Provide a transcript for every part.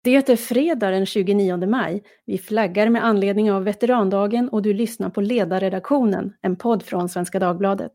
Det är fredag den 29 maj. Vi flaggar med anledning av veterandagen och du lyssnar på Ledarredaktionen, en podd från Svenska Dagbladet.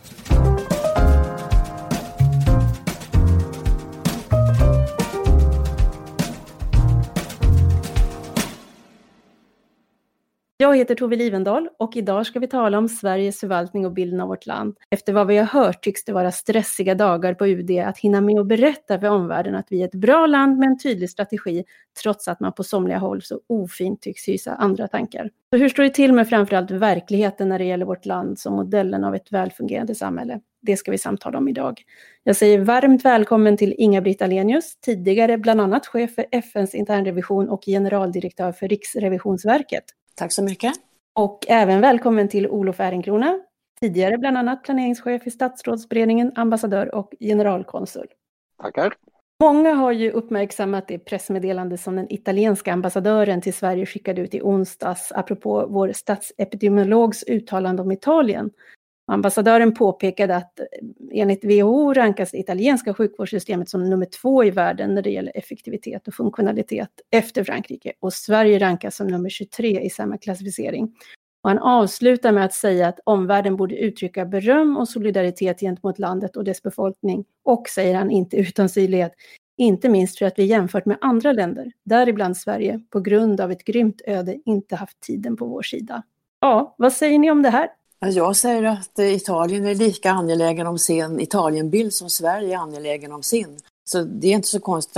Jag heter Tove Livendal och idag ska vi tala om Sveriges förvaltning och bilden av vårt land. Efter vad vi har hört tycks det vara stressiga dagar på UD att hinna med att berätta för omvärlden att vi är ett bra land med en tydlig strategi, trots att man på somliga håll så ofint tycks hysa andra tankar. Så hur står det till med framförallt verkligheten när det gäller vårt land som modellen av ett välfungerande samhälle? Det ska vi samtala om idag. Jag säger varmt välkommen till Inga-Britt Ahlenius, tidigare bland annat chef för FNs internrevision och generaldirektör för Riksrevisionsverket. Tack så mycket. Och även välkommen till Olof Ehrenkrona, tidigare bland annat planeringschef i statsrådsberedningen, ambassadör och generalkonsul. Tackar. Många har ju uppmärksammat det pressmeddelande som den italienska ambassadören till Sverige skickade ut i onsdags apropå vår statsepidemiologs uttalande om Italien. Ambassadören påpekade att enligt WHO rankas det italienska sjukvårdssystemet som nummer 2 i världen när det gäller effektivitet och funktionalitet efter Frankrike, och Sverige rankas som nummer 23 i samma klassificering. Och han avslutar med att säga att omvärlden borde uttrycka beröm och solidaritet gentemot landet och dess befolkning, och säger han inte utan syrlighet, inte minst för att vi jämfört med andra länder, däribland Sverige, på grund av ett grymt öde inte haft tiden på vår sida. Ja, vad säger ni om det här? Jag säger att Italien är lika angelägen om sin Italienbild som Sverige är angelägen om sin. Så det är inte så konstigt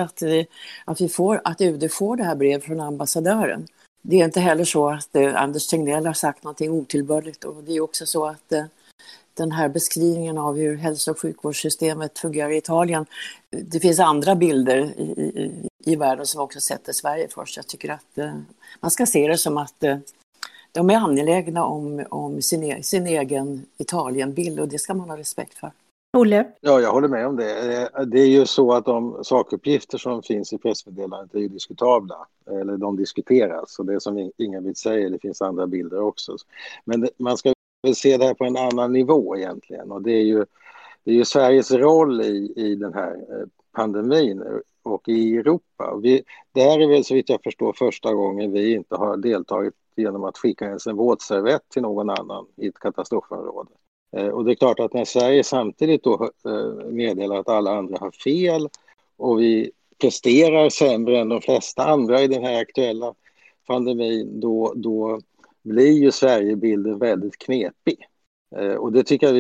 att UD får det här brevet från ambassadören. Det är inte heller så att Anders Tegnell har sagt någonting otillbörligt. Och det är också så att den här beskrivningen av hur hälso- och sjukvårdssystemet fungerar i Italien, det finns andra bilder i världen som också sätter Sverige först. Jag tycker att man ska se det som att de är angelägna om sin egen Italienbild, och det ska man ha respekt för. Olle? Ja, jag håller med om det. Det är ju så att de sakuppgifter som finns i pressmeddelandet är ju diskutabla. Eller de diskuteras. Och det som Inga-Britt säger, det finns andra bilder också. Men man ska väl se det här på en annan nivå egentligen. Och det är ju Sveriges roll i den här pandemin och i Europa. Det här är väl så vitt jag förstår första gången vi inte har deltagit genom att skicka en våtservett till någon annan i ett katastrofområde. Och det är klart att när Sverige samtidigt då meddelar att alla andra har fel och vi presterar sämre än de flesta andra i den här aktuella pandemin, då blir ju Sverigebilden väldigt knepig. Och det tycker jag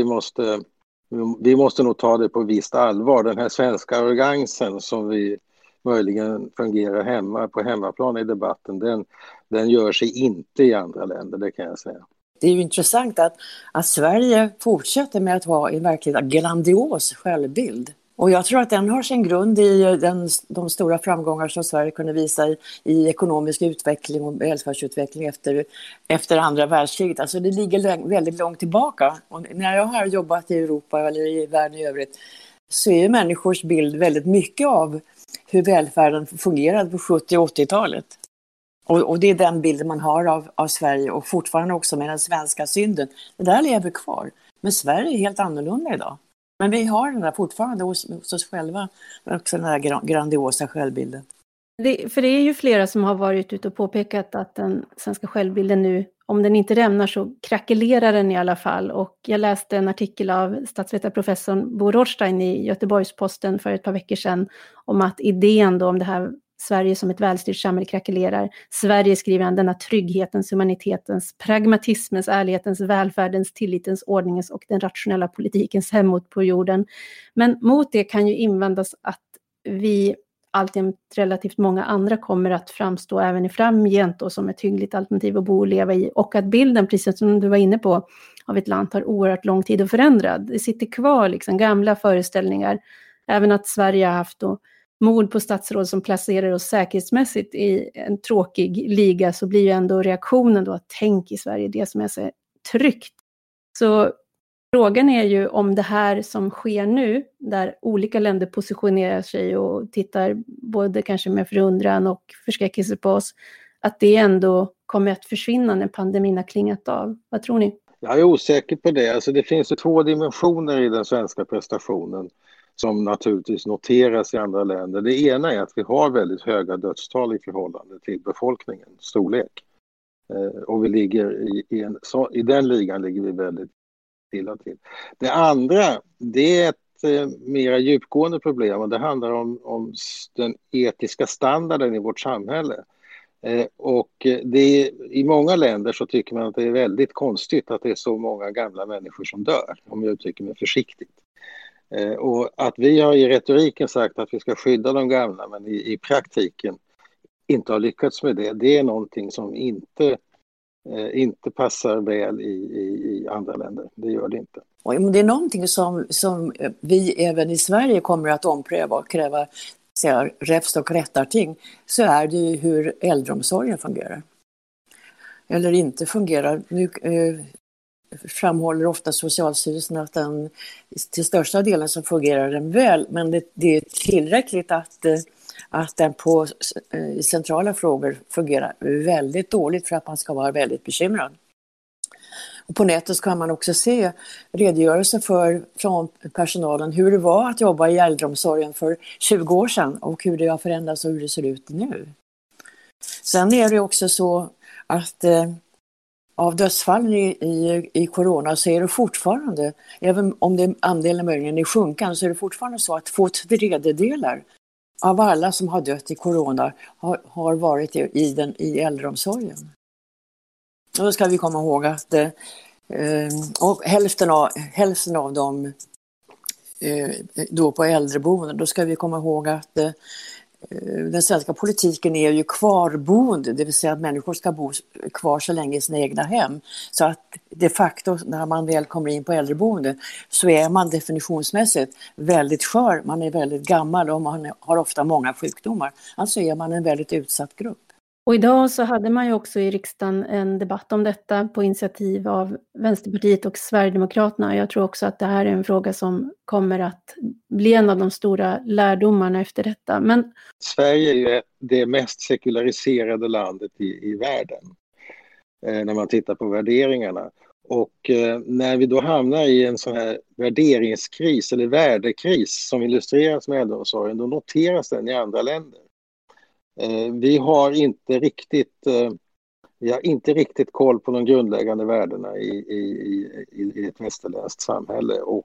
vi måste nog ta det på visst allvar. Den här svenska arrogansen som vi möjligen fungerar på hemmaplan i debatten, den gör sig inte i andra länder, det kan jag säga. Det är ju intressant att Sverige fortsätter med att ha en verkligt grandios självbild. Och jag tror att den har sin grund i de stora framgångar som Sverige kunde visa i ekonomisk utveckling och välfärdsutveckling efter andra världskriget. Alltså det ligger väldigt långt tillbaka. Och när jag har jobbat i Europa eller i världen i övrigt så är människors bild väldigt mycket av hur välfärden fungerade på 70- och 80-talet. Och det är den bilden man har av Sverige, och fortfarande också med den svenska synden. Det där lever kvar. Men Sverige är helt annorlunda idag. Men vi har den där fortfarande hos oss själva, också den där grandiosa självbilden. För det är ju flera som har varit ute och påpekat att den svenska självbilden nu, om den inte rämnar så krackelerar den i alla fall. Och jag läste en artikel av statsvetarprofessorn Bo Rothstein i Göteborgs-Posten för ett par veckor sedan om att idén då om det här Sverige som ett välstyrt samhälle krackelerar. Sverige, skriver han, denna trygghetens, humanitetens, pragmatismens, ärlighetens, välfärdens, tillitens, ordningens och den rationella politikens hemort på jorden. Men mot det kan ju invändas att vi alltid relativt många andra kommer att framstå även i framgent då som ett hyggligt alternativ att bo och leva i, och att bilden, precis som du var inne på, av ett land tar oerhört lång tid att förändra. Det sitter kvar liksom gamla föreställningar. Även att Sverige har haft då mord på statsråd som placerar oss säkerhetsmässigt i en tråkig liga, så blir ju ändå reaktionen då att tänk i Sverige det som är så tryggt. Så frågan är ju om det här som sker nu, där olika länder positionerar sig och tittar både kanske med förundran och förskräckelse på oss, att det ändå kommer att försvinna när pandemin har klingat av. Vad tror ni? Jag är osäker på det. Alltså det finns ju 2 dimensioner i den svenska prestationen. som naturligtvis noteras i andra länder. Det ena är att vi har väldigt höga dödstal i förhållande till befolkningens storlek. Och vi ligger i den ligan ligger vi väldigt illa till. Det andra, det är ett mer djupgående problem, och det handlar om den etiska standarden i vårt samhälle. Och i många länder så tycker man att det är väldigt konstigt att det är så många gamla människor som dör, om jag uttrycker mig försiktigt. Och att vi har i retoriken sagt att vi ska skydda de gamla, men i praktiken inte har lyckats med det är någonting som inte passar väl i andra länder. Det gör det inte. Och om det är någonting som vi även i Sverige kommer att ompröva och kräva räfst och rättarting, så är det ju hur äldreomsorgen fungerar. Eller inte fungerar. Nu framhåller ofta Socialstyrelsen att den till största delen så fungerar den väl, men det är tillräckligt att den i centrala frågor fungerar väldigt dåligt för att man ska vara väldigt bekymrad. Och på nätet så kan man också se redogörelser från personalen hur det var att jobba i äldreomsorgen för 20 år sedan och hur det har förändrats och hur det ser ut nu. Sen är det också så att av dödsfallen i corona så är det fortfarande, även om andelen möjligen är sjunkande, så är det fortfarande så att 2/3 av alla som har dött i corona har varit i äldreomsorgen. Och då ska vi komma ihåg att och hälften av dem då på äldreboenden, då ska vi komma ihåg att den svenska politiken är ju kvarboende, det vill säga att människor ska bo kvar så länge i sina egna hem. Så att de facto när man väl kommer in på äldreboende så är man definitionsmässigt väldigt skör, man är väldigt gammal och man har ofta många sjukdomar. Alltså är man en väldigt utsatt grupp. Och idag så hade man ju också i riksdagen en debatt om detta på initiativ av Vänsterpartiet och Sverigedemokraterna. Jag tror också att det här är en fråga som kommer att bli en av de stora lärdomarna efter detta. Men Sverige är ju det mest sekulariserade landet i världen när man tittar på värderingarna. Och när vi då hamnar i en sån här värderingskris eller värdekris som illustreras med äldreomsorgen, då noteras den i andra länder. Vi har inte riktigt koll på de grundläggande värdena i ett västerländskt samhälle, och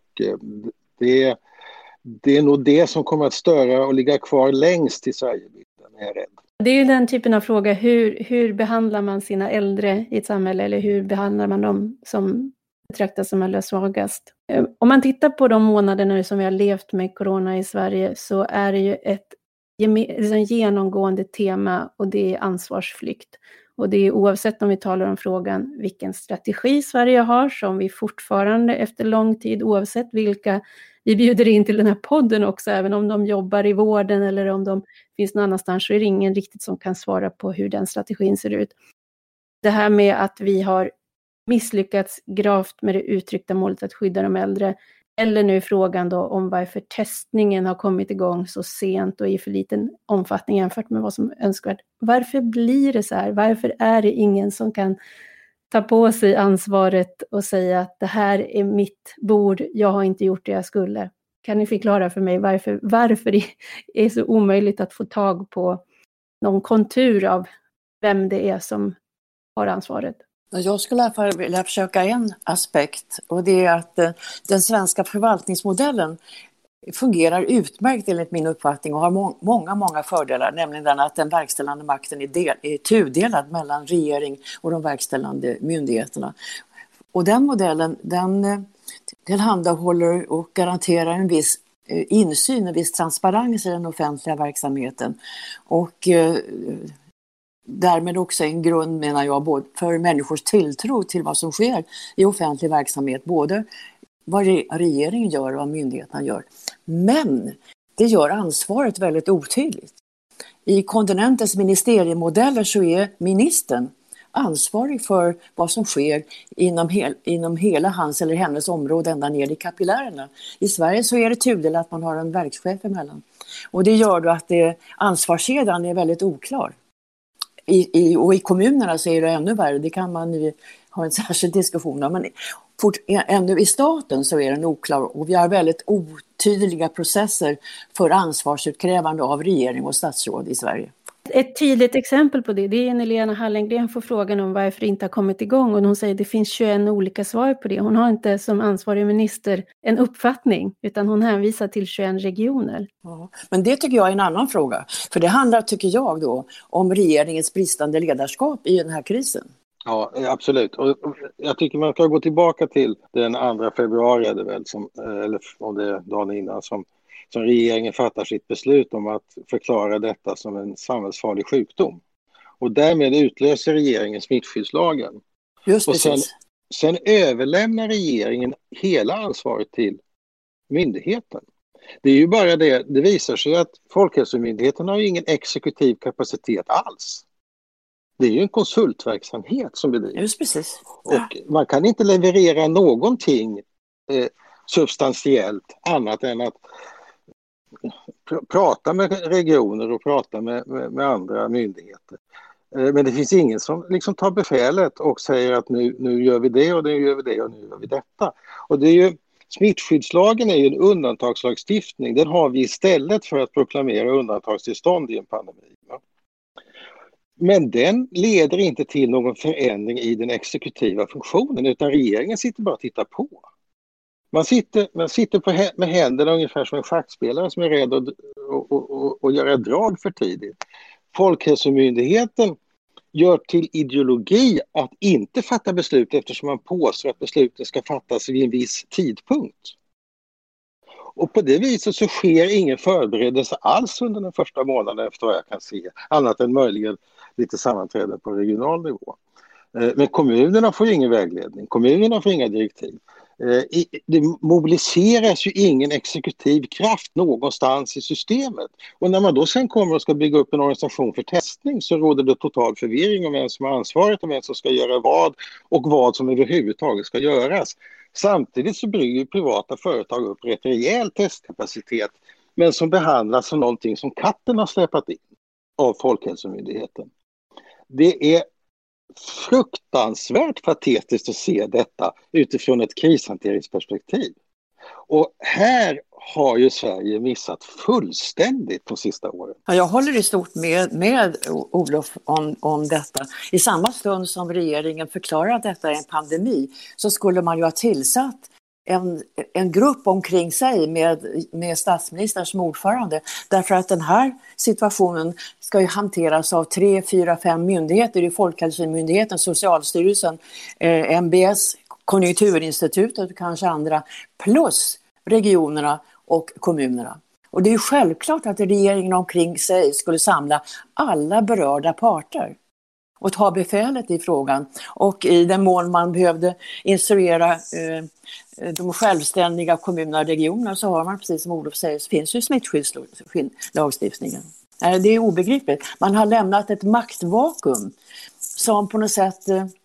det är nog det som kommer att störa och ligga kvar längst i Sverigebilden, är jag rädd. Det är ju den typen av fråga, hur behandlar man sina äldre i ett samhälle, eller hur behandlar man dem som betraktas som allra svagast? Om man tittar på de månaderna som vi har levt med corona i Sverige, så är det ju ett genomgående tema, och det är ansvarsflykt. Och det är oavsett om vi talar om frågan vilken strategi Sverige har, som vi fortfarande efter lång tid, oavsett vilka vi bjuder in till den här podden också, även om de jobbar i vården eller om de finns någon annanstans, så är det ingen riktigt som kan svara på hur den strategin ser ut. Det här med att vi har misslyckats gravt med det uttryckta målet att skydda de äldre, eller nu frågan då om varför testningen har kommit igång så sent och i för liten omfattning jämfört med vad som är önskvärt. Varför blir det så här? Varför är det ingen som kan ta på sig ansvaret och säga att det här är mitt bord, jag har inte gjort det jag skulle? Kan ni förklara för mig varför det är så omöjligt att få tag på någon kontur av vem det är som har ansvaret? Jag skulle i alla fall vilja försöka en aspekt, och det är att den svenska förvaltningsmodellen fungerar utmärkt enligt min uppfattning och har många fördelar, nämligen den att den verkställande makten är tudelad mellan regering och de verkställande myndigheterna. Och den modellen, den tillhandahåller och garanterar en viss insyn, en viss transparens i den offentliga verksamheten, och därmed också en grund, menar jag, både för människors tilltro till vad som sker i offentlig verksamhet, både vad regeringen gör och vad myndigheterna gör. Men det gör ansvaret väldigt otydligt. I kontinentens ministeriemodeller så är ministern ansvarig för vad som sker inom hela hans eller hennes område ända ner i kapillärerna. I Sverige så är det tudelat att man har en verkschef emellan. Och det gör då att ansvarskedjan är väldigt oklar. Och i kommunerna så är det ännu värre. Det kan man ha en särskild diskussion om. Men ännu i staten så är den oklar och vi har väldigt otydliga processer för ansvarsutkrävande av regering och statsråd i Sverige. Ett tydligt exempel på det är när Lena Hallengren får frågan om varför det inte har kommit igång och hon säger att det finns 21 olika svar på det. Hon har inte som ansvarig minister en uppfattning utan hon hänvisar till 21 regioner. Ja, men det tycker jag är en annan fråga. För det handlar, tycker jag då, om regeringens bristande ledarskap i den här krisen. Ja, absolut. Och jag tycker man ska gå tillbaka till den 2 februari, eller om det är dagen innan, som regeringen fattar sitt beslut om att förklara detta som en samhällsfarlig sjukdom. Och därmed utlöser regeringen smittskyddslagen. Just och sen överlämnar regeringen hela ansvaret till myndigheten. Det är ju bara det visar sig att Folkhälsomyndigheten har ingen exekutiv kapacitet alls. Det är ju en konsultverksamhet som bedrivs. Just precis. Och man kan inte leverera någonting substantiellt annat än att prata med regioner och prata med andra myndigheter. Men det finns ingen som liksom tar befälet och säger att nu gör vi det och nu gör vi det och nu gör vi detta. Och det är ju, smittskyddslagen är ju en undantagslagstiftning. Den har vi istället för att proklamera undantagstillstånd i en pandemi. Men den leder inte till någon förändring i den exekutiva funktionen utan regeringen sitter bara och tittar på. Man sitter med händerna ungefär som en schackspelare som är rädd att göra drag för tidigt. Folkhälsomyndigheten gör till ideologi att inte fatta beslut eftersom man påstår att besluten ska fattas vid en viss tidpunkt. Och på det viset så sker ingen förberedelse alls under den första månaden efter vad jag kan se. Annat än möjligen lite sammanträden på regional nivå. Men kommunerna får ingen vägledning. Kommunerna får inga direktiv. Det mobiliseras ju ingen exekutiv kraft någonstans i systemet. Och när man då sen kommer och ska bygga upp en organisation för testning så råder det total förvirring om vem som har ansvaret och vem som ska göra vad och vad som överhuvudtaget ska göras. Samtidigt så bygger privata företag upp rätt rejäl testkapacitet men som behandlas som någonting som katten har släpat in av Folkhälsomyndigheten. Det är fruktansvärt patetiskt att se detta utifrån ett krishanteringsperspektiv. Och här har ju Sverige missat fullständigt de sista åren. Ja, jag håller i stort med Olof om detta. I samma stund som regeringen förklarar att detta är en pandemi så skulle man ju ha tillsatt en grupp omkring sig med statsministern som ordförande. Därför att den här situationen ska ju hanteras av 3, 4, 5 myndigheter. Det är Folkhälsomyndigheten, Socialstyrelsen, MBS, Konjunkturinstitutet och kanske andra. Plus regionerna och kommunerna. Och det är ju självklart att regeringen omkring sig skulle samla alla berörda parter och ta befälet i frågan. Och i den mån man behövde instruera de självständiga kommunerna och regionerna så har man, precis som Olof säger, så finns ju smittskyddslagstiftningen. Det är obegripligt. Man har lämnat ett maktvakuum som på något sätt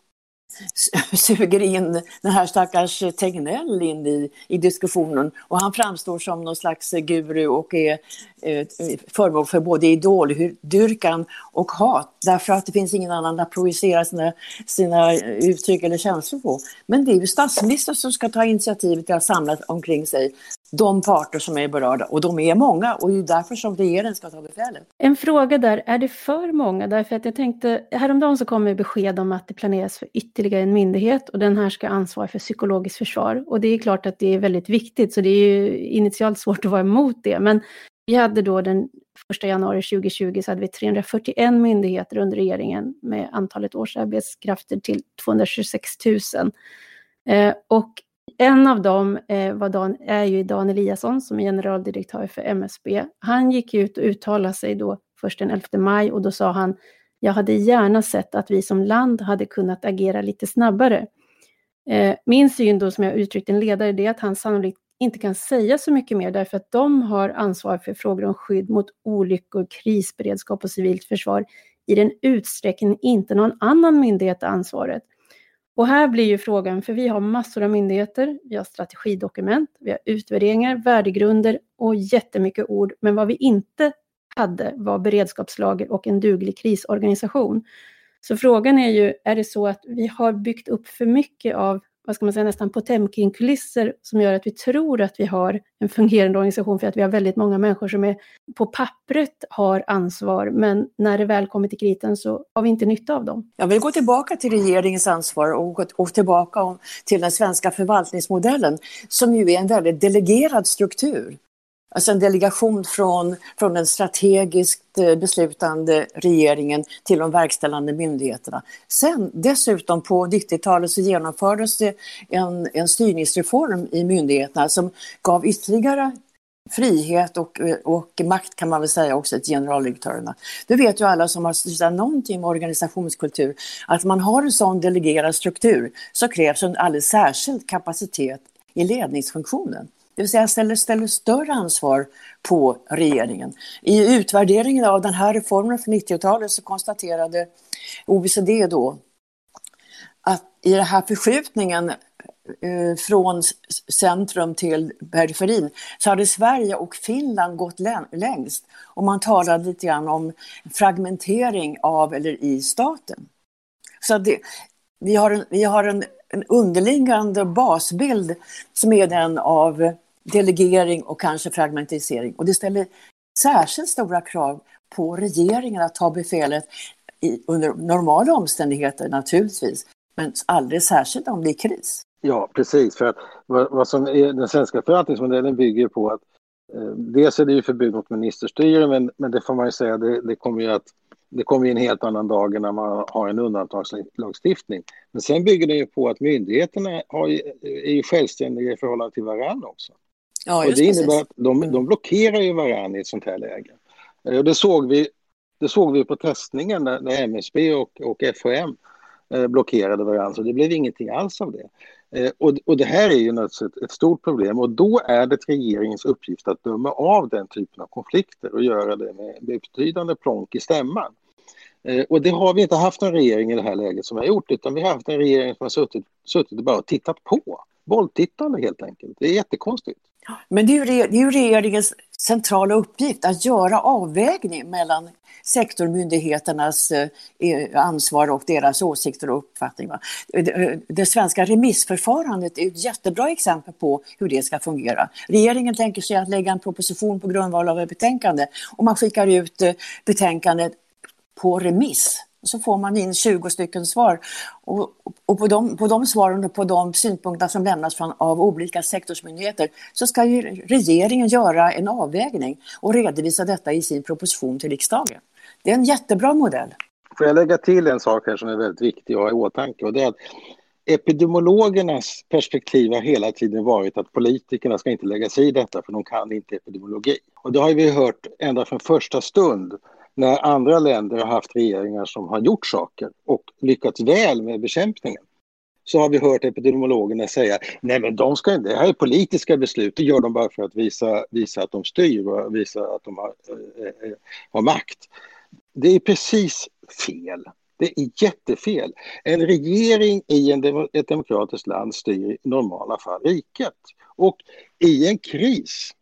suger in den här stackars Tegnell in i diskussionen och han framstår som någon slags guru och är föremål för både idoldyrkan och hat därför att det finns ingen annan att projicera sina uttryck eller känslor på. Men det är ju statsministern som ska ta initiativet till att samla omkring sig de parter som är berörda och de är många och det är därför som regeringen ska ta befälet. En fråga där, är det för många? Därför att jag tänkte, häromdagen så kommer besked om att det planeras för ytterligare en myndighet och den här ska ansvara för psykologiskt försvar. Och det är klart att det är väldigt viktigt så det är ju initialt svårt att vara emot det. Men vi hade då den 1 januari 2020 så hade vi 341 myndigheter under regeringen med antalet årsarbetskrafter till 226 000. Och en av dem är ju Dan Eliasson som är generaldirektör för MSB. Han gick ut och uttalade sig då först den 11 maj och då sa han: jag hade gärna sett att vi som land hade kunnat agera lite snabbare. Min syn då som jag uttryckt en ledare det är att han sannolikt inte kan säga så mycket mer därför att de har ansvar för frågor om skydd mot olyckor, krisberedskap och civilt försvar i den utsträckning inte någon annan myndighet har ansvaret. Och här blir ju frågan, för vi har massor av myndigheter, vi har strategidokument, vi har utvärderingar, värdegrunder och jättemycket ord. Men vad vi inte hade var beredskapslager och en duglig krisorganisation. Så frågan är ju, är det så att vi har byggt upp för mycket av, vad ska man säga, nästan Potemkin-kulisser som gör att vi tror att vi har en fungerande organisation för att vi har väldigt många människor som är på pappret har ansvar, men när det väl kommer till kritan så har vi inte nytta av dem. Jag vill gå tillbaka till regeringens ansvar och tillbaka till den svenska förvaltningsmodellen som ju är en väldigt delegerad struktur. Alltså en delegation från den strategiskt beslutande regeringen till de verkställande myndigheterna. Sen dessutom på 90-talet så genomfördes det en styrningsreform i myndigheterna som gav ytterligare frihet och makt kan man väl säga också till generaldirektörerna. Det vet ju alla som har studerat någonting med organisationskultur att man har en sån delegerad struktur så krävs en alldeles särskild kapacitet i ledningsfunktionen. Det vill säga ställer större ansvar på regeringen. I utvärderingen av den här reformen för 90-talet så konstaterade OECD då att i den här förskjutningen från centrum till periferin så hade Sverige och Finland gått längst. Och man talade lite grann om fragmentering av eller i staten. Så vi har en underliggande basbild som är den av delegering och kanske fragmentisering. Och det ställer särskilt stora krav på regeringen att ta befälet under normala omständigheter naturligtvis. Men alldeles särskilt om det är kris. Ja, precis. För att vad som är den svenska förvaltningsmodellen bygger på att dels är det ju förbud mot ministerstyre, men det får man ju säga, det kommer ju en helt annan dag när man har en undantagslagstiftning. Men sen bygger det ju på att myndigheterna är ju självständiga i förhållande till varandra också. Ja, och det innebär att de blockerar ju varandra i ett sånt här läge. Och det såg vi på testningen när MSB och FHM blockerade varandra, så det blev ingenting alls av det. Och det här är ju ett stort problem, och då är det regeringens uppgift att döma av den typen av konflikter och göra det med betydande plonk i stämman. Och det har vi inte haft en regering i det här läget som har gjort, utan vi har haft en regering som har suttit och bara tittat på. Bolltittande helt enkelt. Det är jättekonstigt. Men det är ju regeringens centrala uppgift att göra avvägning mellan sektormyndigheternas ansvar och deras åsikter och uppfattningar. Det svenska remissförfarandet är ett jättebra exempel på hur det ska fungera. Regeringen tänker sig att lägga en proposition på grundval av ett betänkande och man skickar ut betänkandet på remiss. Så får man in 20 stycken svar och på de svaren och på de synpunkter som lämnas av olika sektorsmyndigheter så ska ju regeringen göra en avvägning och redovisa detta i sin proposition till riksdagen. Det är en jättebra modell. Får jag lägga till en sak här som är väldigt viktig att ha i åtanke, och det är att epidemiologernas perspektiv har hela tiden varit att politikerna ska inte lägga sig i detta för de kan inte epidemiologi. Och det har vi hört ända från första stund när andra länder har haft regeringar som har gjort saker och lyckats väl med bekämpningen. Så har vi hört epidemiologerna säga, nej men de ska inte, det här är politiska beslut, det gör de bara för att visa att de styr och visa att de har makt. Det är precis fel. Det är jättefel. En regering i ett demokratiskt land styr i normala fall riket. Och i en kris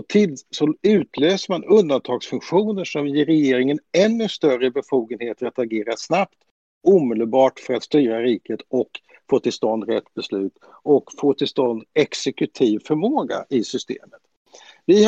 så utlöser man undantagsfunktioner som ger regeringen ännu större befogenheter att agera snabbt, omedelbart för att styra riket och få till stånd rätt beslut och få till stånd exekutiv förmåga i systemet. Vi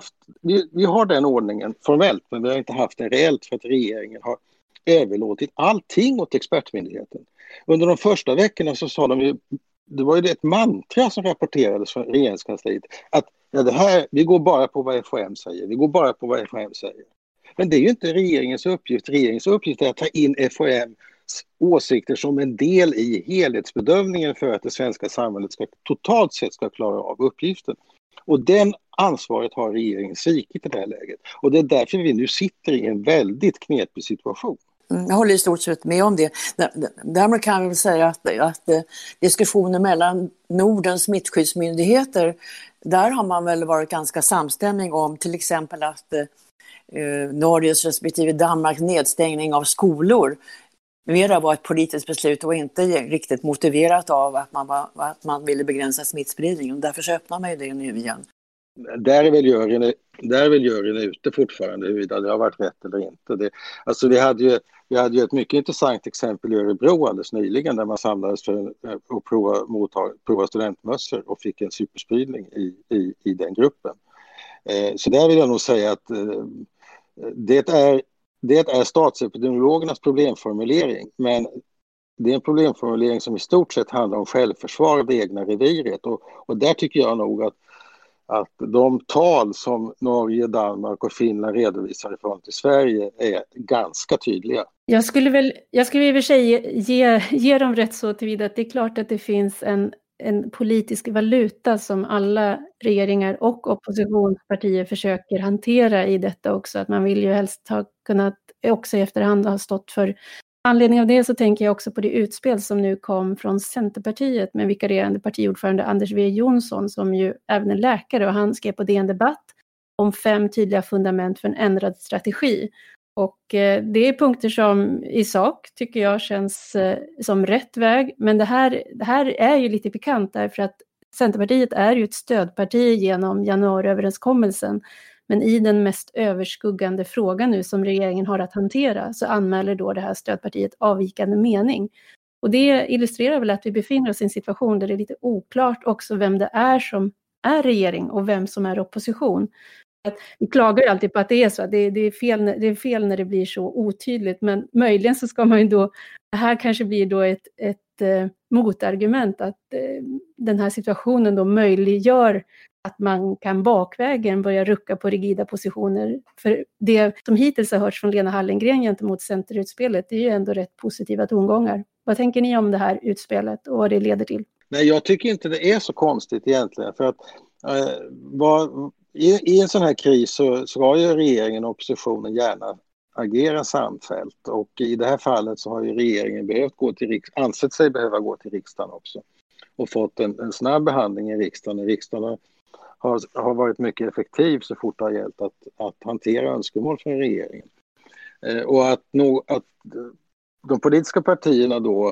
har den ordningen formellt, men vi har inte haft den reellt för att regeringen har överlåtit allting åt expertmyndigheten. Under de första veckorna så sa de ju, det var ju ett mantra som rapporterades från regeringskansliet, att vi går bara på vad FHM säger, vi går bara på vad FHM säger. Men det är ju inte regeringens uppgift. Regeringens uppgift är att ta in FHMs åsikter som en del i helhetsbedömningen för att det svenska samhället totalt sett ska klara av uppgiften. Och den ansvaret har regeringen svikit i det här läget. Och det är därför vi nu sitter i en väldigt knepig situation. Jag håller i stort sett med om det. Därmed kan jag väl säga att diskussioner mellan Nordens smittskyddsmyndigheter, där har man väl varit ganska samstämmig om till exempel att Norges respektive Danmarks nedstängning av skolor mera var ett politiskt beslut och inte riktigt motiverat av att man ville begränsa smittspridningen. Därför så öppnar man ju det nu igen. där är väl juryn ute fortfarande huruvida det har varit rätt eller inte. Alltså vi hade ju ett mycket intressant exempel i Örebro alldeles nyligen där man samlades för att prova studentmössor och fick en superspridning i den gruppen. Så där vill jag nog säga att det är statsepidemiologernas problemformulering, men det är en problemformulering som i stort sett handlar om självförsvar av det egna reviret. Och där tycker jag nog att de tal som Norge, Danmark och Finland redovisar i förhållande till Sverige är ganska tydliga. Jag skulle i och för sig ge dem rätt så tillvida att det är klart att det finns en politisk valuta som alla regeringar och oppositionspartier försöker hantera i detta också. Att man vill ju helst ha kunnat också i efterhand ha stått för. Anledning av det så tänker jag också på det utspel som nu kom från Centerpartiet med vikarierande partiordförande Anders W. Jonsson som ju även är läkare, och han skrev på DN Debatt om 5 tydliga fundament för en ändrad strategi. Och det är punkter som i sak tycker jag känns som rätt väg, men det här är ju lite pikant därför att Centerpartiet är ju ett stödparti genom januariöverenskommelsen. Men i den mest överskuggande frågan nu som regeringen har att hantera så anmäler då det här stödpartiet avvikande mening. Och det illustrerar väl att vi befinner oss i en situation där det är lite oklart också vem det är som är regering och vem som är opposition. Vi klagar ju alltid på att det är så, det är fel när det blir så otydligt, men möjligen så ska man ju då, det här kanske blir då ett motargument att den här situationen då möjliggör att man kan bakvägen börja rucka på rigida positioner. För det som hittills har hörts från Lena Hallengren gentemot Centerutspelet, det är ju ändå rätt positiva tongångar. Vad tänker ni om det här utspelet och vad det leder till? Nej, jag tycker inte det är så konstigt egentligen. För att i en sån här kris så ska ju regeringen och oppositionen gärna agera samfällt. Och i det här fallet så har ju regeringen ansett sig behöva gå till riksdagen också. Och fått en snabb behandling i riksdagen. Riksdagen har varit mycket effektiv så fort det har gällt att hantera önskemål från regeringen. Och att de politiska partierna då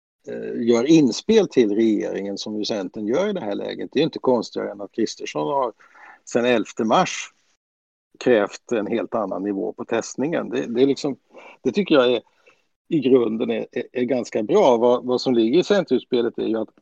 gör inspel till regeringen som ju Centern gör i det här läget. Det är inte konstigare än att Kristersson har sedan 11 mars krävt en helt annan nivå på testningen. Det tycker jag i grunden är ganska bra. Vad som ligger i Centerutspelet är ju att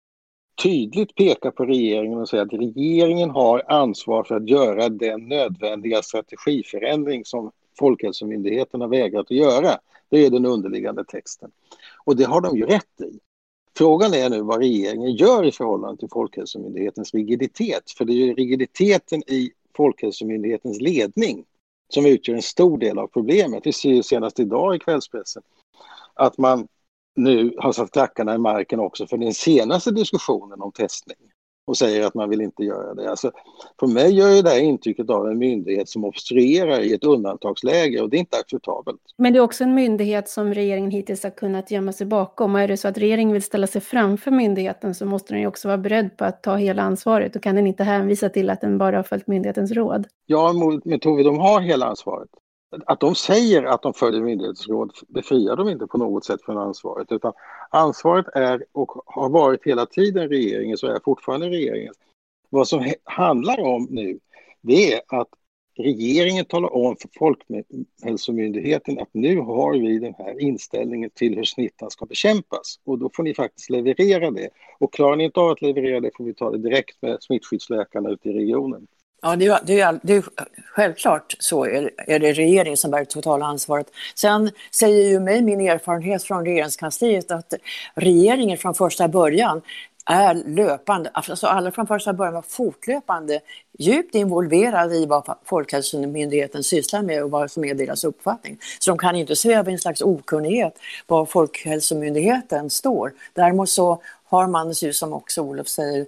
tydligt peka på regeringen och säga att regeringen har ansvar för att göra den nödvändiga strategiförändring som Folkhälsomyndigheten har vägrat att göra. Det är den underliggande texten. Och det har de ju rätt i. Frågan är nu vad regeringen gör i förhållande till Folkhälsomyndighetens rigiditet. För det är ju rigiditeten i Folkhälsomyndighetens ledning som utgör en stor del av problemet. Vi ser ju senast idag i kvällspressen att man nu har satt klackarna i marken också för den senaste diskussionen om testning och säger att man vill inte göra det. Alltså, för mig gör ju det här intrycket av en myndighet som obstruerar i ett undantagsläge och det är inte acceptabelt. Men det är också en myndighet som regeringen hittills har kunnat gömma sig bakom, och är det så att regeringen vill ställa sig framför myndigheten så måste den ju också vara beredd på att ta hela ansvaret och kan den inte hänvisa till att den bara har följt myndighetens råd. Ja, men Tove, de har hela ansvaret. Att de säger att de följer myndighetens råd befriar de inte på något sätt från ansvaret, utan ansvaret är och har varit hela tiden regeringens och är fortfarande regeringens. Vad som handlar om nu, det är att regeringen talar om för Folkhälsomyndigheten att nu har vi den här inställningen till hur smittan ska bekämpas och då får ni faktiskt leverera det. Och klarar ni inte av att leverera det får vi ta det direkt med smittskyddsläkarna ute i regionen. Ja, det är självklart så är det regeringen som bär totala ansvaret. Sen säger ju mig min erfarenhet från regeringskansliet att regeringen från första början är löpande, alltså alla från första början var fortlöpande djupt involverade i vad Folkhälsomyndigheten sysslar med och vad som är deras uppfattning. Så de kan inte sväva i en slags okunnighet var Folkhälsomyndigheten står. Däremot så har man, som också Olof säger,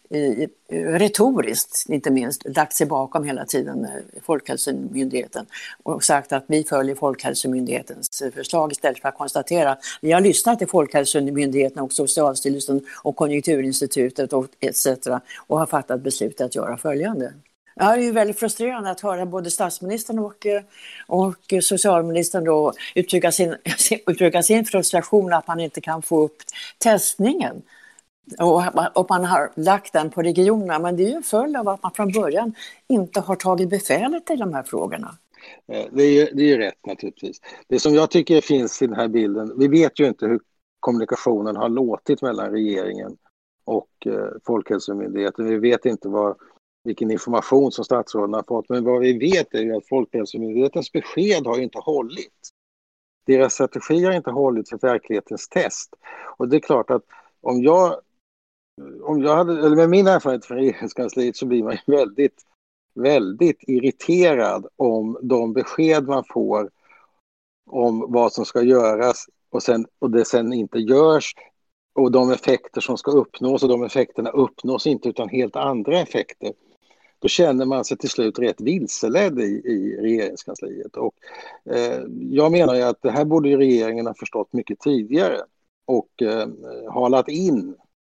retoriskt inte minst lagt sig bakom hela tiden Folkhälsomyndigheten och sagt att vi följer Folkhälsomyndighetens förslag istället för att konstatera att vi har lyssnat till Folkhälsomyndigheten och Socialstyrelsen och Konjunkturinstitutet och etc. och har fattat beslut att göra följande. Ja, det är ju väldigt frustrerande att höra både statsministern och socialministern då uttrycka sin frustration att man inte kan få upp testningen. Och man har lagt den på regionerna, men det är ju en följd av att man från början inte har tagit befälet i de här frågorna. Det är ju rätt naturligtvis. Det som jag tycker finns i den här bilden, vi vet ju inte hur kommunikationen har låtit mellan regeringen och Folkhälsomyndigheten. Vi vet inte vilken information som statsråden har fått, men vad vi vet är ju att Folkhälsomyndighetens besked har ju inte hållit. Deras strategi har inte hållit för verklighetens test. Och det är klart att om jag hade, eller med min erfarenhet från regeringskansliet, så blir man ju väldigt, väldigt irriterad om de besked man får om vad som ska göras och det sen inte görs, och de effekter som ska uppnås, och de effekterna uppnås inte utan helt andra effekter. Då känner man sig till slut rätt vilseledd i regeringskansliet. Och jag menar ju att det här borde ju regeringen ha förstått mycket tidigare och halat in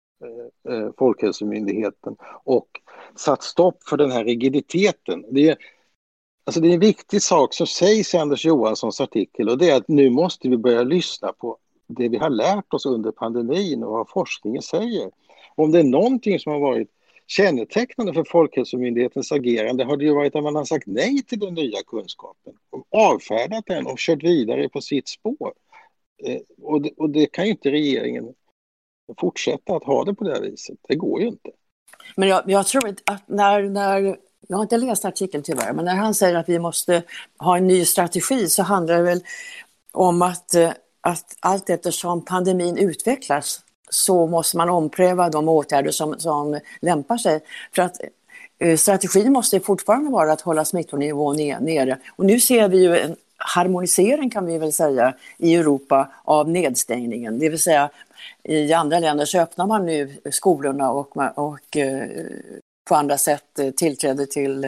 Folkhälsomyndigheten och satt stopp för den här rigiditeten. Det är en viktig sak som sägs i Anders Johanssons artikel, och det är att nu måste vi börja lyssna på det vi har lärt oss under pandemin och vad forskningen säger. Om det är någonting som har varit kännetecknande för Folkhälsomyndighetens agerande, har det ju varit att man har sagt nej till den nya kunskapen, avfärdat den och kört vidare på sitt spår. Och det kan ju inte regeringen fortsätta att ha det på det här viset. Det går ju inte. Men jag tror att när jag har inte läst artikeln tyvärr, men när han säger att vi måste ha en ny strategi, så handlar det väl om att allt eftersom pandemin utvecklas så måste man ompröva de åtgärder som lämpar sig. För att strategin måste fortfarande vara att hålla smittonivån nere. Och nu ser vi ju en harmonisering, kan vi väl säga, i Europa av nedstängningen. Det vill säga i andra länder så öppnar man nu skolorna och på andra sätt tillträde till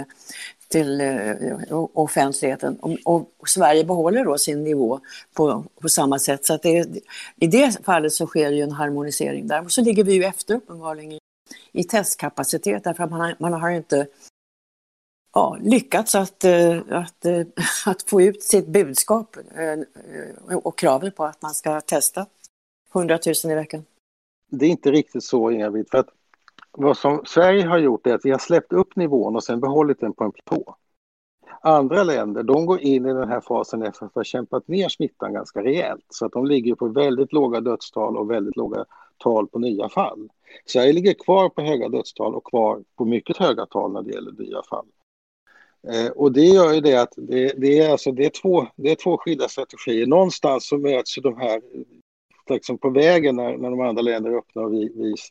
offentligheten. Och Sverige behåller då sin nivå på samma sätt. Så att i det fallet så sker ju en harmonisering. Däremot så ligger vi ju efter uppenbarligen i testkapacitet, därför att man har inte lyckats att få ut sitt budskap och kravet på att man ska testa 100 000 i veckan. Det är inte riktigt så, Inga-Britt, för att vad som Sverige har gjort är att vi har släppt upp nivån och sen behållit den på en platå. Andra länder, de går in i den här fasen efter att ha kämpat ner smittan ganska rejält, så att de ligger på väldigt låga dödstal och väldigt låga tal på nya fall. Sverige ligger kvar på höga dödstal och kvar på mycket höga tal när det gäller nya fall. Och det gör ju det att det är två skilda strategier. Någonstans så möts de här liksom på vägen när de andra länderna öppnar och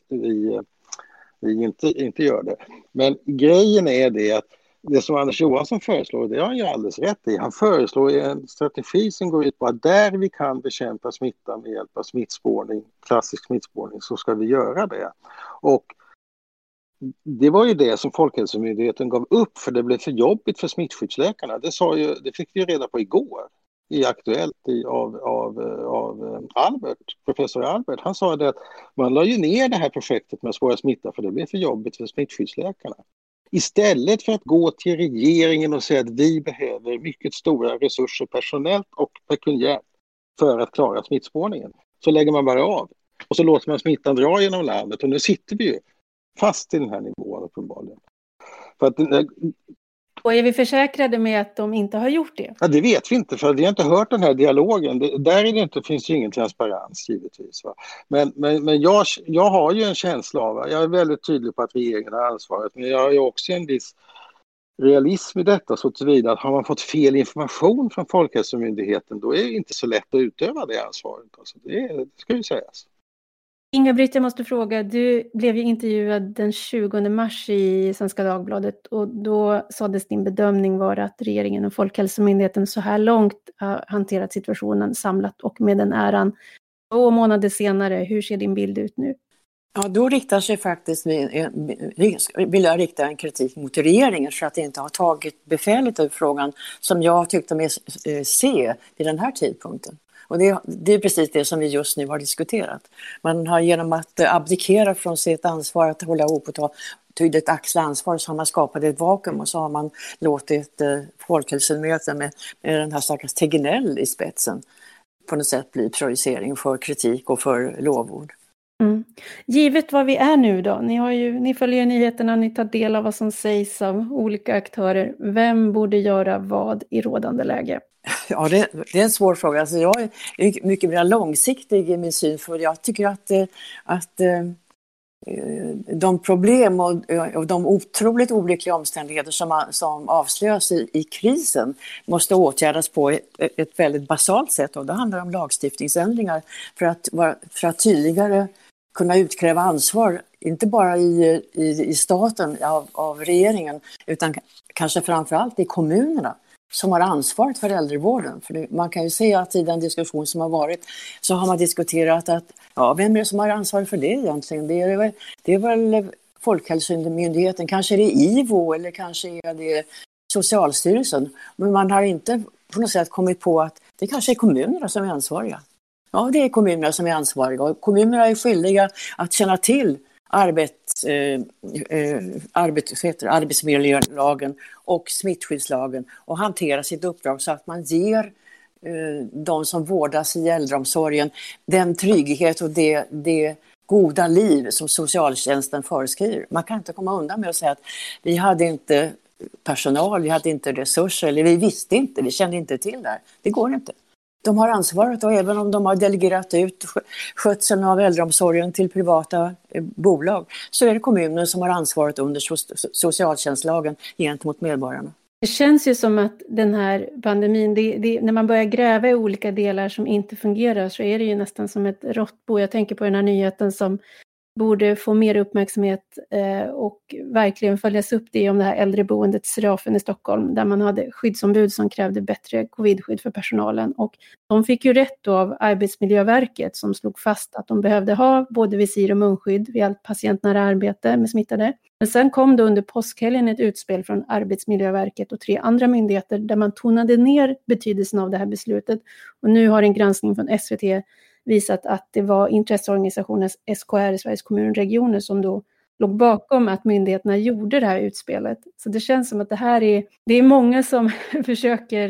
vi inte gör det. Men grejen är det att det som Anders Johansson föreslår, det har han ju alldeles rätt i. Han föreslår en strategi som går ut på att där vi kan bekämpa smittan med hjälp av smittspårning, klassisk smittspårning, så ska vi göra det. Och det var ju det som Folkhälsomyndigheten gav upp, för det blev för jobbigt för smittskyddsläkarna. Det fick vi reda på igår i Aktuellt av Albert, professor Albert. Han sa det att man la ju ner det här projektet med att spåra smitta för det blev för jobbigt för smittskyddsläkarna. Istället för att gå till regeringen och säga att vi behöver mycket stora resurser personellt och pekuniärt för att klara smittspårningen, så lägger man bara av. Och så låter man smittan dra genom landet, och nu sitter vi ju fast i den här nivån uppenbarligen. För att och är vi försäkrade med att de inte har gjort det? Ja, det vet vi inte, för vi har inte hört den här dialogen. Finns ju ingen transparens givetvis. Va? Men jag har ju en känsla av, jag är väldigt tydlig på att regeringen har ansvaret, men jag har ju också en viss realism i detta, så tillvida att har man fått fel information från Folkhälsomyndigheten, då är det inte så lätt att utöva det ansvaret. Alltså det ska ju sägas. Inga-Britt, jag måste fråga, du blev ju intervjuad den 20 mars i Svenska Dagbladet, och då sades din bedömning vara att regeringen och Folkhälsomyndigheten så här långt har hanterat situationen samlat och med den äran. 2 månader senare, hur ser din bild ut nu? Ja, då riktar sig faktiskt, vill jag rikta en kritik mot regeringen för att det inte har tagit befälet över frågan som jag tyckte mig se vid den här tidpunkten. Och det är precis det som vi just nu har diskuterat. Man har genom att abdikera från sitt ansvar att hålla ihop och ta tydligt axla ansvar, så har man skapat ett vakuum, och så har man låtit folkhälsomöten med den här stackars Tegnell i spetsen på något sätt bli projicering för kritik och för lovord. Mm. Givet vad vi är nu då, ni följer nyheterna, ni tar del av vad som sägs av olika aktörer. Vem borde göra vad i rådande läge? Ja, det är en svår fråga. Alltså jag är mycket mer långsiktig i min syn, för jag tycker att de problem och de otroligt olyckliga omständigheter som avslöjas i krisen måste åtgärdas på ett väldigt basalt sätt. Och det handlar om lagstiftningsändringar för att tydligare kunna utkräva ansvar, inte bara i staten av regeringen, utan kanske framförallt i kommunerna som har ansvaret för äldrevården. För man kan ju se att i den diskussion som har varit så har man diskuterat att vem är det som har ansvar för det egentligen? Det är väl Folkhälsomyndigheten, kanske är det IVO eller kanske är det Socialstyrelsen. Men man har inte på något sätt kommit på att det kanske är kommunerna som är ansvariga. Ja, det är kommunerna som är ansvariga, och kommunerna är skyldiga att känna till arbetsmiljölagen och smittskyddslagen och hantera sitt uppdrag så att man ger de som vårdas i äldreomsorgen den trygghet och det goda liv som socialtjänsten föreskriver. Man kan inte komma undan med att säga att vi hade inte personal, vi hade inte resurser, eller vi visste inte, vi kände inte till det här. Det går inte. De har ansvaret, och även om de har delegerat ut skötseln av äldreomsorgen till privata bolag, så är det kommunen som har ansvaret under socialtjänstlagen gentemot medborgarna. Det känns ju som att den här pandemin, när man börjar gräva i olika delar som inte fungerar, så är det ju nästan som ett råttbo. Jag tänker på den här nyheten som borde få mer uppmärksamhet och verkligen följas upp, det om det här äldreboendet Serafen i Stockholm, där man hade skyddsombud som krävde bättre covidskydd för personalen, och de fick ju rätt då av Arbetsmiljöverket som slog fast att de behövde ha både visir och munskydd vid allt patientnära arbete med smittade. Men sen kom det under påskhelgen ett utspel från Arbetsmiljöverket och 3 andra myndigheter där man tonade ner betydelsen av det här beslutet, och nu har en granskning från SVT visat att det var intresseorganisationen SKR i Sveriges kommuner och regioner som då låg bakom att myndigheterna gjorde det här utspelet. Så det känns som att det är många som försöker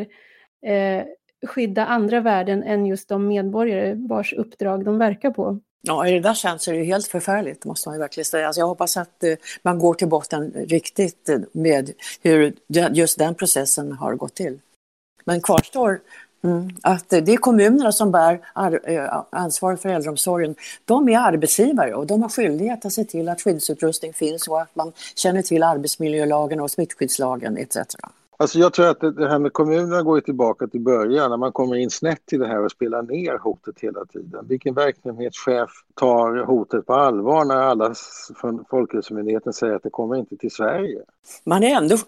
skydda andra värden än just de medborgare vars uppdrag de verkar på. Ja, i det där känns det ju helt förfärligt, måste man ju verkligen säga. Alltså jag hoppas att man går till botten riktigt med hur just den processen har gått till. Men kvarstår att det är kommunerna som bär ansvar för äldreomsorgen. De är arbetsgivare och de har skyldighet att se till att skyddsutrustning finns och att man känner till arbetsmiljölagen och smittskyddslagen etc. Alltså jag tror att det här med kommunerna går tillbaka till början, när man kommer in snett i det här och spelar ner hotet hela tiden. Vilken verksamhetschef tar hotet på allvar när alla från Folkhälsomyndigheten säger att det kommer inte till Sverige? Man är ändå...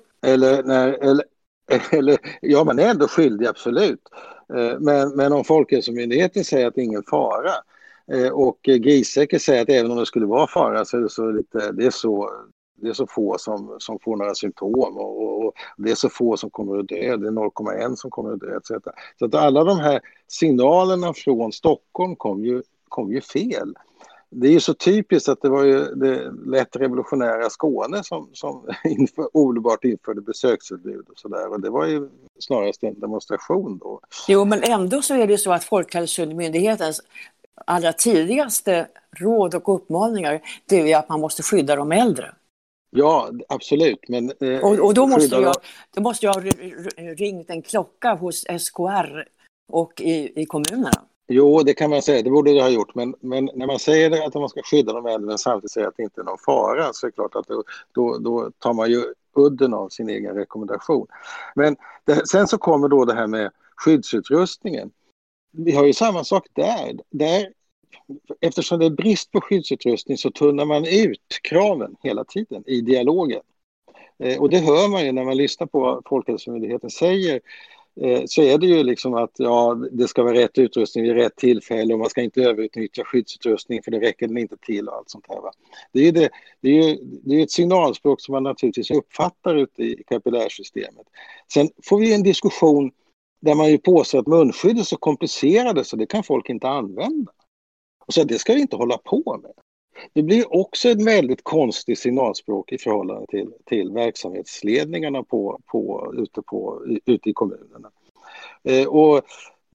Ja, man är ändå skyldig, absolut. Men om Folkhälsomyndigheten säger att det är ingen fara och Giesecke säger att även om det skulle vara fara så är det så få som får några symptom och det är så få som kommer att dö, det är 0,1 som kommer att dö etc. Så att alla de här signalerna från Stockholm kom ju fel. Det är ju så typiskt att det var ju det lätt revolutionära Skåne som omedelbart införde besöksförbud och sådär, och det var ju snarast en demonstration då. Jo, men ändå så är det så att Folkhälsomyndighetens allra tidigaste råd och uppmaningar, det är att man måste skydda de äldre. Ja, absolut. Men, och då måste jag ha ringt en klocka hos SKR och i kommunerna. Jo, det kan man säga. Det borde det ha gjort. Men när man säger att man ska skydda de äldre men samtidigt säger att det inte är någon fara, så är det klart att då tar man ju udden av sin egen rekommendation. Men sen så kommer då det här med skyddsutrustningen. Vi har ju samma sak där. Eftersom det är brist på skyddsutrustning så tunnar man ut kraven hela tiden i dialogen. Och det hör man ju när man lyssnar på vad Folkhälsomyndigheten säger. Så är det ju liksom att det ska vara rätt utrustning vid rätt tillfälle och man ska inte överutnyttja skyddsutrustning för det räcker den inte till och allt sånt här. Va? Det är ju ett signalspråk som man naturligtvis uppfattar ute i kapillärsystemet. Sen får vi en diskussion där man ju påstår att munskydd är så komplicerade så det kan folk inte använda. Och så det ska vi inte hålla på med. Det blir också ett väldigt konstigt signalspråk i förhållande till verksamhetsledningarna ute i kommunerna. Och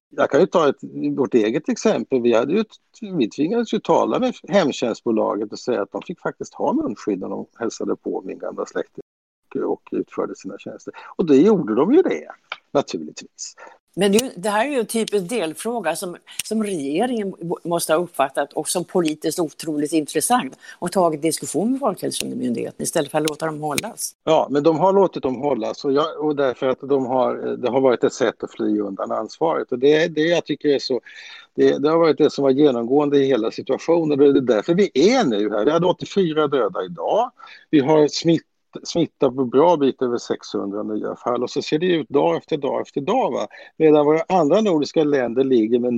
Jag kan ju ta vårt eget exempel. Vi tvingades ju tala med hemtjänstbolaget och säga att de fick faktiskt ha munskydd när de hälsade på min gamla släkting och utförde sina tjänster. Och det gjorde de ju det, naturligtvis. Men det här är ju en typisk delfråga som regeringen måste ha uppfattat och som politiskt otroligt intressant och tagit diskussion med Folkhälsomyndigheten istället för att låta dem hållas. Ja, men de har låtit dem hållas och därför att det har varit ett sätt att fly undan ansvaret. Och det jag tycker är så, det har varit det som var genomgående i hela situationen. Och det är därför vi är nu här. Vi hade 84 döda idag. Vi har smitta på bra bit över 600 nya fall och så ser det ut dag efter dag efter dag. Va? Medan våra andra nordiska länder ligger med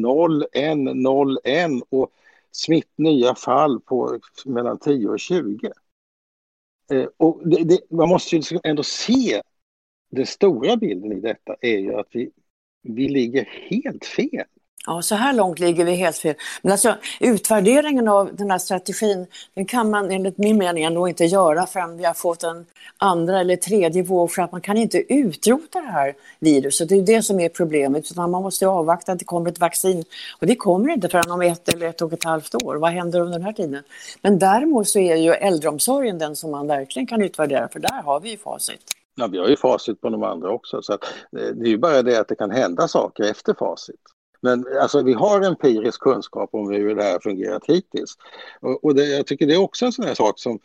0,1 och nya fall på mellan 10 och 20. Och man måste ju ändå se den stora bilden i detta är ju att vi ligger helt fel. Ja, så här långt ligger vi helt fel. Men alltså utvärderingen av den här strategin, den kan man enligt min mening ändå inte göra förrän vi har fått en andra eller tredje våg, för att man kan inte utrota det här viruset. Det är det som är problemet, utan man måste avvakta att det kommer ett vaccin. Och det kommer inte förrän om 1 eller 1,5 år. Vad händer under den här tiden? Men däremot så är ju äldreomsorgen den som man verkligen kan utvärdera, för där har vi ju facit. Ja, vi har ju facit på de andra också, så att det är ju bara det att det kan hända saker efter facit. Men alltså, vi har empirisk kunskap om hur det här fungerat hittills. Och jag tycker det är också en sån här sak som,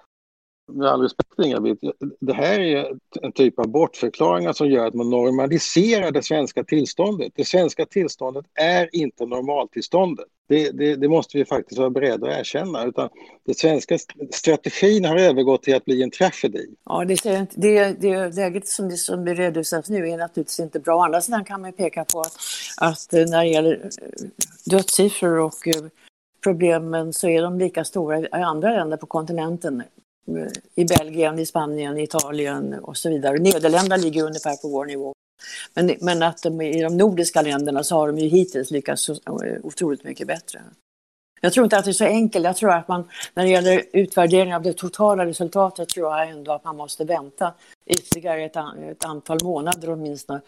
med all respekt Inga-Britt, det här är en typ av bortförklaringar som gör att man normaliserar det svenska tillståndet. Det svenska tillståndet är inte normaltillståndet. Det måste vi faktiskt vara beredda att erkänna. Utan den svenska strategin har övergått till att bli en tragedi. Ja, det läget som det redovisas nu är naturligtvis inte bra. Å andra sidan kan man peka på att när det gäller dödssiffror och problemen så är de lika stora i andra länder på kontinenten. I Belgien, i Spanien, i Italien och så vidare. Nederländerna ligger ungefär på vår nivå. Men att i de nordiska länderna så har de ju hittills lyckats så otroligt mycket bättre. Jag tror inte att det är så enkelt. Jag tror att man, när det gäller utvärdering av det totala resultatet, tror jag ändå att man måste vänta ytterligare ett antal månader åtminstone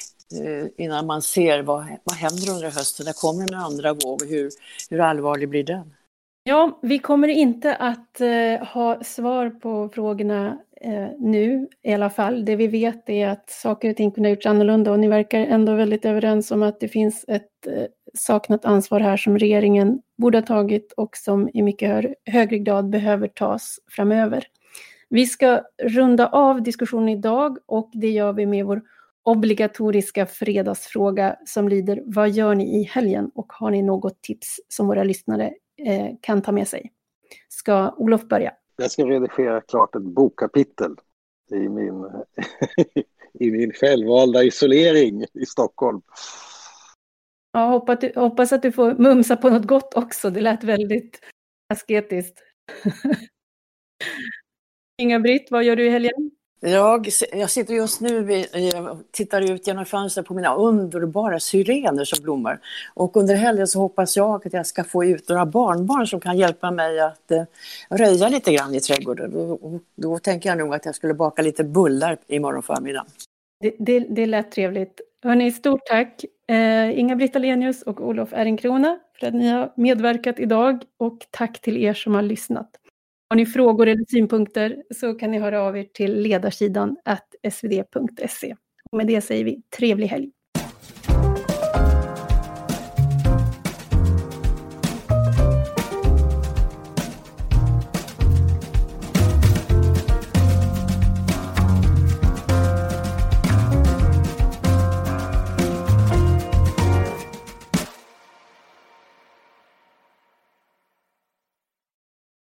innan man ser vad händer under hösten. När kommer en andra våg och hur allvarlig blir den? Ja, vi kommer inte att ha svar på frågorna nu i alla fall. Det vi vet är att saker och ting kunde ha gjorts annorlunda, och ni verkar ändå väldigt överens om att det finns ett saknat ansvar här som regeringen borde ha tagit och som i mycket högre grad behöver tas framöver. Vi ska runda av diskussionen idag, och det gör vi med vår obligatoriska fredagsfråga som lyder: vad gör ni i helgen, och har ni något tips som våra lyssnare kan ta med sig? Ska Olof börja? Jag ska redigera klart ett bokkapitel i min självvalda isolering i Stockholm. Ja, hoppas att du får mumsa på något gott också. Det lät väldigt asketiskt. Inga-Britt, vad gör du i helgen? Jag sitter just nu och tittar ut genom fönstret på mina underbara syrener som blommar. Och under helgen så hoppas jag att jag ska få ut några barnbarn som kan hjälpa mig att röja lite grann i trädgården. Och då tänker jag nog att jag skulle baka lite bullar imorgon förmiddag. Det lät trevligt. Hörrni, stort tack Inga-Britt Ahlenius och Olof Ehrenkrona för att ni har medverkat idag, och tack till er som har lyssnat. Har ni frågor eller synpunkter så kan ni höra av er till ledarsidan @svd.se. Och med det säger vi trevlig helg.